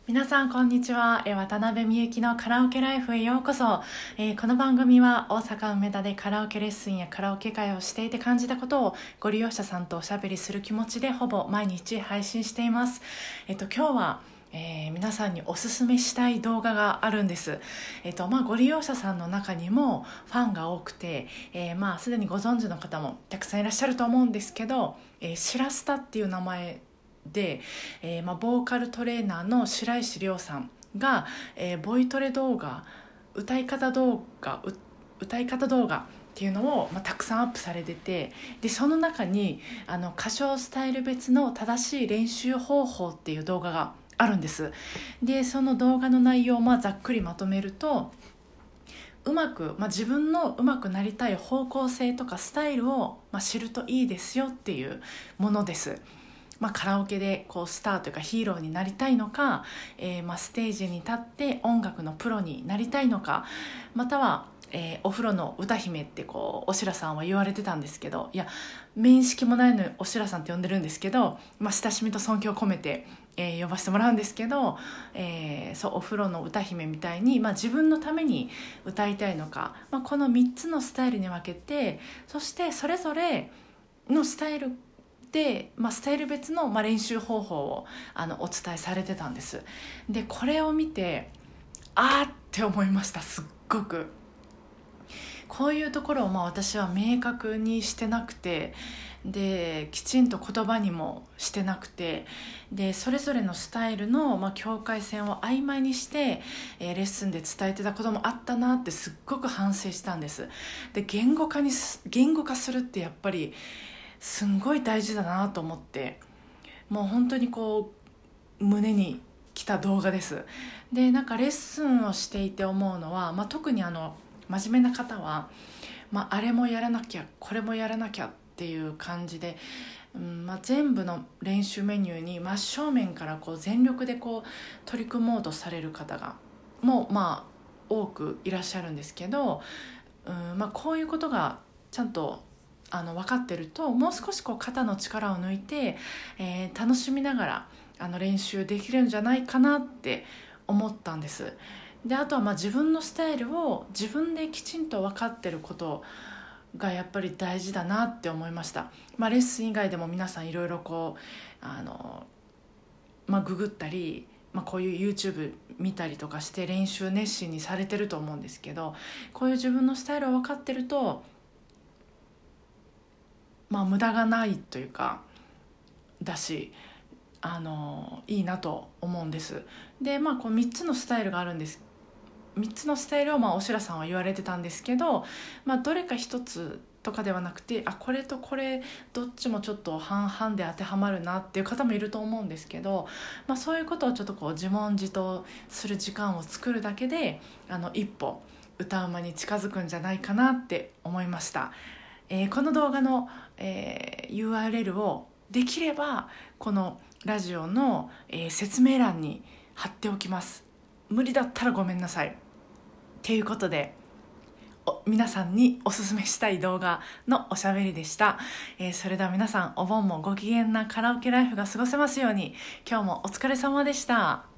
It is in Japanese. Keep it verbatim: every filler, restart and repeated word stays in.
皆さんこんにちは。えー渡辺美幸のカラオケライフへようこそ。えーこの番組は大阪梅田でカラオケレッスンやカラオケ会をしていて感じたことをご利用者さんとおしゃべりする気持ちでほぼ毎日配信しています。えっと今日はえー皆さんにおすすめしたい動画があるんです。えっとまあ、ご利用者さんの中にもファンが多くて、えーまあ、すでにご存知の方もたくさんいらっしゃると思うんですけど、えー、シラスタっていう名前で、えーまあ、ボーカルトレーナーの白石亮さんが、えーボイトレ動画、歌い方動画う歌い方動画っていうのを、まあ、たくさんアップされてて、でその中にあの歌唱スタイル別の正しい練習方法っていう動画があるんです。でその動画の内容をまあざっくりまとめると、うまく、まあ、自分のうまくなりたい方向性とかスタイルを、まあ、知るといいですよっていうものです。まあ、カラオケでこうスターというかヒーローになりたいのか、えーまあステージに立って音楽のプロになりたいのか、または、えーお風呂の歌姫ってこうおしらさんは言われてたんですけど、いや面識もないのにおしらさんって呼んでるんですけど、まあ、親しみと尊敬を込めて、えー呼ばせてもらうんですけど、えーそうお風呂の歌姫みたいに、まあ、自分のために歌いたいのか、まあ、このみっつのスタイルに分けて、そしてそれぞれのスタイルで、まあ、スタイル別の、まあ、練習方法をあのお伝えされてたんです。でこれを見てあーって思いました。すっごくこういうところをまあ私は明確にしてなくて、できちんと言葉にもしてなくて、でそれぞれのスタイルの、まあ、境界線を曖昧にして、えーレッスンで伝えてたこともあったなってすっごく反省したんです。で言語化にす言語化するってやっぱりすんごい大事だなと思って、もう本当にこう胸に来た動画です。でなんかレッスンをしていて思うのは、まあ、特にあの真面目な方は、まあ、あれもやらなきゃこれもやらなきゃっていう感じで、うんまあ、全部の練習メニューに真正面からこう全力でこう取り組もうとされる方がもうまあ多くいらっしゃるんですけど、うんまあ、こういうことがちゃんとあの分かってると、もう少しこう肩の力を抜いて、えー楽しみながらあの練習できるんじゃないかなって思ったんです。であとはまあ自分のスタイルを自分できちんと分かってることがやっぱり大事だなって思いました。まあ、レッスン以外でも皆さんいろいろこうあの、まあ、ググったり、まあ、こういう YouTube 見たりとかして練習熱心にされてると思うんですけど、こういう自分のスタイルを分かってると、まあ、無駄がないというかだし、あのいいなと思うんです。でまあこうみっつのスタイルがあるんです。みっつのスタイルをまあおしらさんは言われてたんですけど、まあ、どれかひとつとかではなくて、あこれとこれどっちもちょっと半々で当てはまるなっていう方もいると思うんですけど、まあ、そういうことをちょっとこう自問自答する時間を作るだけであの一歩歌うまに近づくんじゃないかなって思いました。えーこの動画の、えー ユーアールエル をできればこのラジオの、えー説明欄に貼っておきます。無理だったらごめんなさい。ということでお皆さんにおすすめしたい動画のおしゃべりでした。えーそれでは皆さんお盆もご機嫌なカラオケライフが過ごせますように。今日もお疲れ様でした。